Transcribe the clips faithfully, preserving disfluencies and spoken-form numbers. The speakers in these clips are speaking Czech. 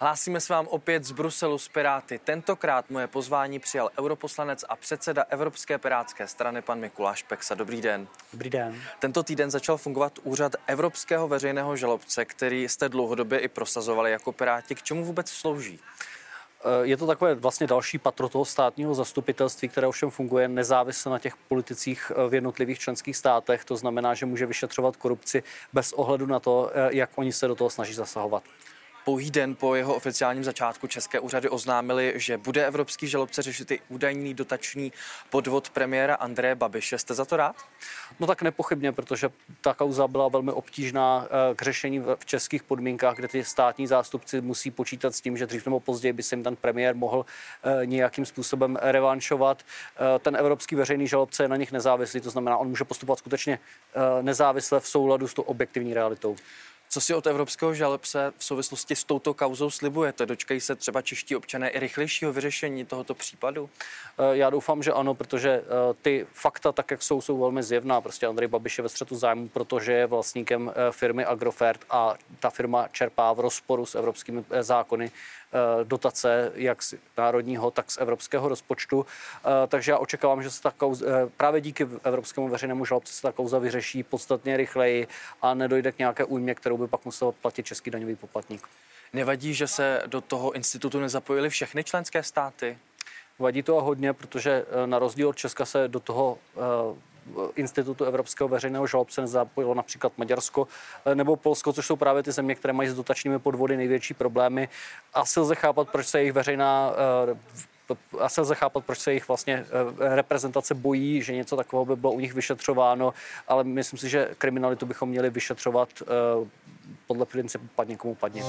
Hlásíme se vám opět z Bruselu s Piráty. Tentokrát moje pozvání přijal europoslanec a předseda Evropské pirátské strany pan Mikuláš Peksa. Dobrý den. Dobrý den. Tento týden začal fungovat úřad Evropského veřejného žalobce, který jste dlouhodobě i prosazovali jako Piráti. K čemu vůbec slouží? Je to takové vlastně další patro toho státního zastupitelství, které ovšem funguje nezávisle na těch politicích v jednotlivých členských státech. To znamená, že může vyšetřovat korupci bez ohledu na to, jak oni se do toho snaží zasahovat. Pouhý den po jeho oficiálním začátku české úřady oznámili, že bude evropský žalobce řešit i údajný dotační podvod premiéra Andreje Babiše. Jste za to rád? No tak nepochybně, protože ta kauza byla velmi obtížná k řešení v českých podmínkách, kde ty státní zástupci musí počítat s tím, že dřív nebo později by se jim ten premiér mohl nějakým způsobem revanšovat. Ten evropský veřejný žalobce je na nich nezávislý, to znamená, on může postupovat skutečně nezávisle v souladu s tou objektivní realitou. Co si od evropského žalobce v souvislosti s touto kauzou slibujete? Dočkají se třeba čeští občané i rychlejšího vyřešení tohoto případu? Já doufám, že ano, protože ty fakta, tak jak jsou, jsou velmi zjevná. Prostě Andrej Babiš je ve střetu zájmu, protože je vlastníkem firmy Agrofert a ta firma čerpá v rozporu s evropskými zákony dotace jak z národního, tak z evropského rozpočtu. Takže já očekávám, že se ta kauza, právě díky evropskému veřejnému žalobci se ta kauza vyřeší podstatně rychleji a nedojde k nějaké újmě, kterou by pak musel platit český daňový poplatník. Nevadí, že se do toho institutu nezapojily všechny členské státy? Vadí to a hodně, protože na rozdíl od Česka se do toho institutu Evropského veřejného žalobce nezapojilo například Maďarsko nebo Polsko, což jsou právě ty země, které mají s dotačními podvody největší problémy. Asi lze chápat, proč se jejich veřejná Asi lze chápat, proč se jejich vlastně reprezentace bojí, že něco takového by bylo u nich vyšetřováno, ale myslím si, že kriminalitu bychom měli vyšetřovat podle principu padni komu padni.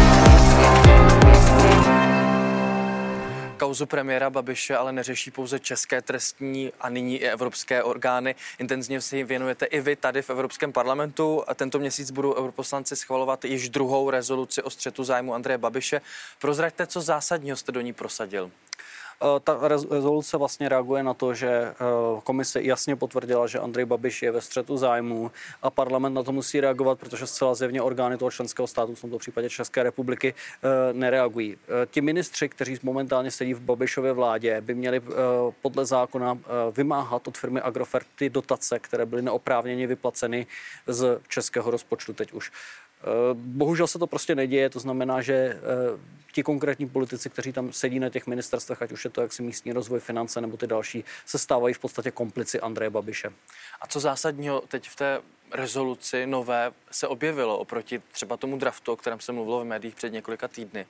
Kauzu premiéra Babiše ale neřeší pouze české trestní a nyní i evropské orgány. Intenzivně si věnujete i vy tady v Evropském parlamentu. A tento měsíc budou europoslanci schvalovat již druhou rezoluci o střetu zájmu Andreje Babiše. Prozraďte, co zásadního jste do ní prosadil. Ta rezoluce vlastně reaguje na to, že komise jasně potvrdila, že Andrej Babiš je ve střetu zájmů a parlament na to musí reagovat, protože zcela zjevně orgány toho členského státu, v tomto případě České republiky, nereagují. Ti ministři, kteří momentálně sedí v Babišově vládě, by měli podle zákona vymáhat od firmy Agrofert ty dotace, které byly neoprávněně vyplaceny z českého rozpočtu teď už. Bohužel se to prostě neděje, to znamená, že ti konkrétní politici, kteří tam sedí na těch ministerstvech, ať už je to jaksi místní rozvoj, finance nebo ty další, se stávají v podstatě komplici Andreje Babiše. A co zásadního teď v té rezoluci nové se objevilo oproti třeba tomu draftu, o kterém se mluvilo v médiích před několika týdny?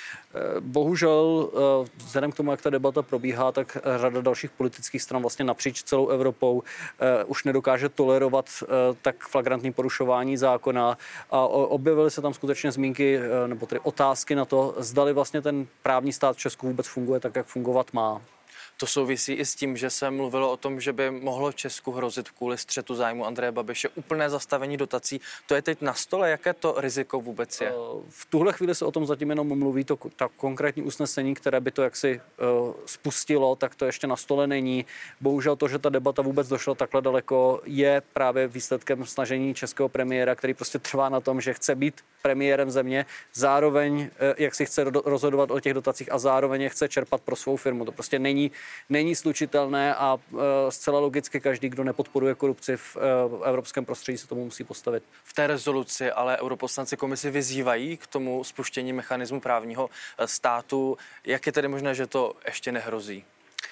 Bohužel, vzhledem k tomu, jak ta debata probíhá, tak řada dalších politických stran vlastně napříč celou Evropou už nedokáže tolerovat tak flagrantní porušování zákona a objevily se tam skutečně zmínky nebo tedy otázky na to, zdali vlastně ten právní stát v Česku vůbec funguje tak, jak fungovat má. To souvisí i s tím, že se mluvilo o tom, že by mohlo Česku hrozit kvůli střetu zájmu Andreje Babiše úplné zastavení dotací. To je teď na stole, jaké to riziko vůbec je? V tuhle chvíli se o tom zatím jenom mluví, to tak konkrétní usnesení, které by to jaksi uh, spustilo, tak to ještě na stole není. Bohužel to, že ta debata vůbec došla takhle daleko, je právě výsledkem snažení českého premiéra, který prostě trvá na tom, že chce být premiérem země, zároveň uh, jak si chce rozhodovat o těch dotacích a zároveň je chce čerpat pro svou firmu. To prostě není není slučitelné a uh, zcela logicky každý, kdo nepodporuje korupci v uh, evropském prostředí, se tomu musí postavit. V té rezoluci ale europoslanci komisi vyzývají k tomu spuštění mechanismu právního státu. Jak je tedy možné, že to ještě nehrozí?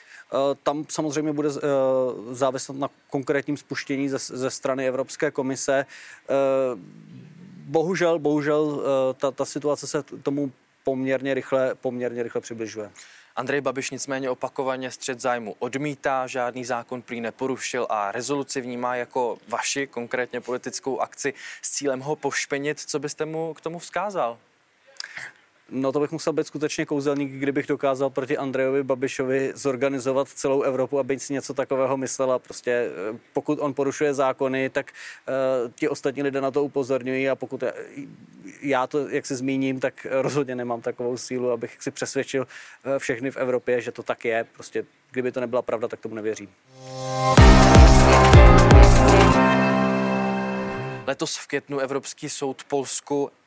Tam samozřejmě bude záviset na konkrétním spuštění ze, ze strany Evropské komise. Bohužel, bohužel ta, ta situace se tomu poměrně rychle, poměrně rychle přibližuje. Andrej Babiš nicméně opakovaně střet zájmu odmítá, žádný zákon prý neporušil a rezoluci vnímá jako vaši konkrétně politickou akci s cílem ho pošpenit. Co byste mu k tomu vzkázal? No to bych musel být skutečně kouzelník, kdybych dokázal proti Andrejovi Babišovi zorganizovat celou Evropu, aby si něco takového myslela. Prostě pokud on porušuje zákony, tak uh, ti ostatní lidé na to upozorňují a pokud já, já to, jak si zmíním, tak rozhodně nemám takovou sílu, abych si přesvědčil uh, všechny v Evropě, že to tak je. Prostě kdyby to nebyla pravda, tak tomu nevěřím. Letos v květnu Evropský soud Polsku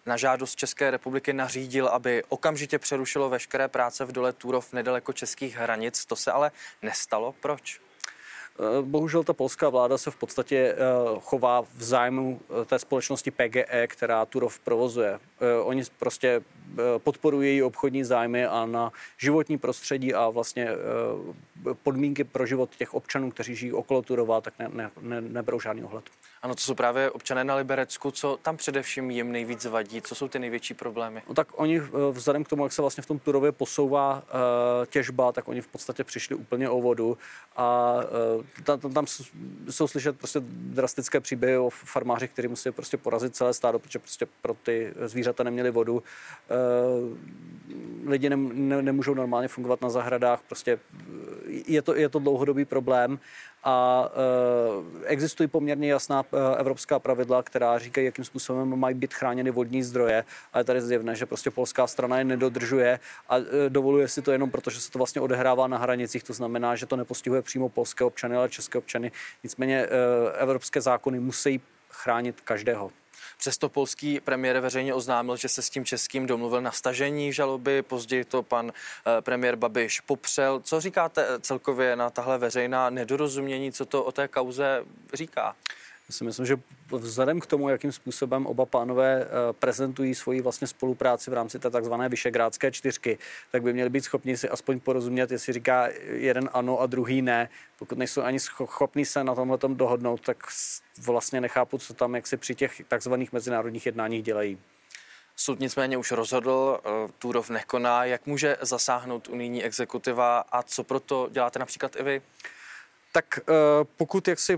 na žádost České republiky nařídil, aby okamžitě přerušilo veškeré práce v dole Turów nedaleko českých hranic. To se ale nestalo. Proč? Bohužel ta polská vláda se v podstatě chová v zájmu té společnosti P G E, která Turów provozuje. Oni prostě podporují její obchodní zájmy a na životní prostředí a vlastně podmínky pro život těch občanů, kteří žijí okolo Turova, tak ne, ne, ne, neberou žádný ohled. Ano, to jsou právě občané na Liberecku. Co tam především jim nejvíc vadí? Co jsou ty největší problémy? No tak oni vzhledem k tomu, jak se vlastně v tom Turově posouvá uh, těžba, tak oni v podstatě přišli úplně o vodu a uh, tam, tam, tam jsou slyšet prostě drastické příběhy o farmářích, kteří musí prostě porazit celé stádo, protože prostě pro ty zvířata neměli vodu. Uh, lidi ne, ne, nemůžou normálně fungovat na zahradách, prostě je to, je to dlouhodobý problém. A e, existují poměrně jasná e, evropská pravidla, která říkají, jakým způsobem mají být chráněny vodní zdroje, ale tady je zjevné, že prostě polská strana je nedodržuje a e, dovoluje si to jenom proto, že se to vlastně odehrává na hranicích, to znamená, že to nepostihuje přímo polské občany, ale české občany. Nicméně e, evropské zákony musí chránit každého. Přesto polský premiér veřejně oznámil, že se s tím českým domluvil na stažení žaloby, později to pan premiér Babiš popřel. Co říkáte celkově na tahle veřejná nedorozumění, co to o té kauze říká? Já si myslím, že vzhledem k tomu, jakým způsobem oba pánové prezentují svoji vlastně spolupráci v rámci té takzvané Visegrádské čtyřky, tak by měli být schopni si aspoň porozumět, jestli říká jeden ano a druhý ne. Pokud nejsou ani schopní se na tomhletom dohodnout, tak vlastně nechápu, co tam jaksi při těch takzvaných mezinárodních jednáních dělají. Soud nicméně už rozhodl, Turów nekoná. Jak může zasáhnout unijní exekutiva a co proto děláte například i vy? Tak pokud jaksi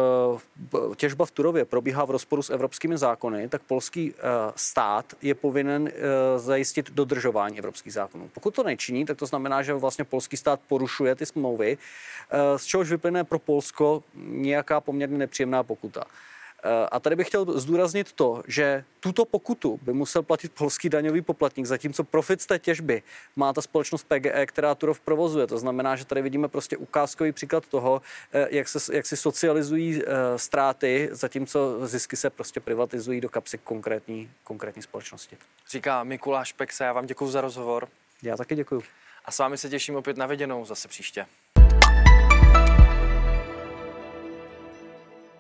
těžba v Turově probíhá v rozporu s evropskými zákony, tak polský stát je povinen zajistit dodržování evropských zákonů. Pokud to nečiní, tak to znamená, že vlastně polský stát porušuje ty smlouvy, z čehož vyplyne pro Polsko nějaká poměrně nepříjemná pokuta. A tady bych chtěl zdůraznit to, že tuto pokutu by musel platit polský daňový poplatník, zatímco profit z té těžby má ta společnost P G E, která Turów provozuje. To znamená, že tady vidíme prostě ukázkový příklad toho, jak se, jak si socializují ztráty, zatímco zisky se prostě privatizují do kapsy konkrétní, konkrétní společnosti. Říká Mikuláš Peksa, já vám děkuji za rozhovor. Já taky děkuji. A s vámi se těším opět na viděnou zase příště.